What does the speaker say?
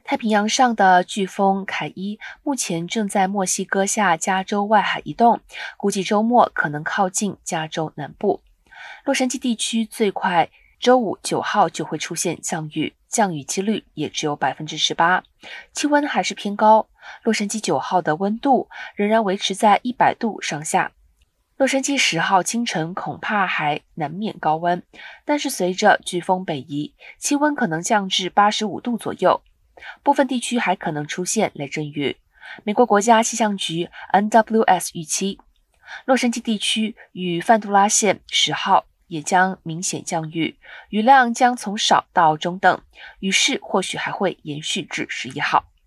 太平洋上的飓风凯伊目前正在墨西哥下加州外海移动，估计周末可能靠近加州南部。洛杉矶地区最快周五9号就会出现降雨，降雨几率也只有18%，气温还是偏高。洛杉矶9号的温度仍然维持在100度上下。洛杉矶10号清晨恐怕还难免高温，但是随着飓风北移，气温可能降至85度左右。部分地区还可能出现雷阵雨。美国国家气象局 NWS 预期，洛杉矶地区与范杜拉县10号也将明显降雨，雨量将从少到中等，雨势或许还会延续至11号。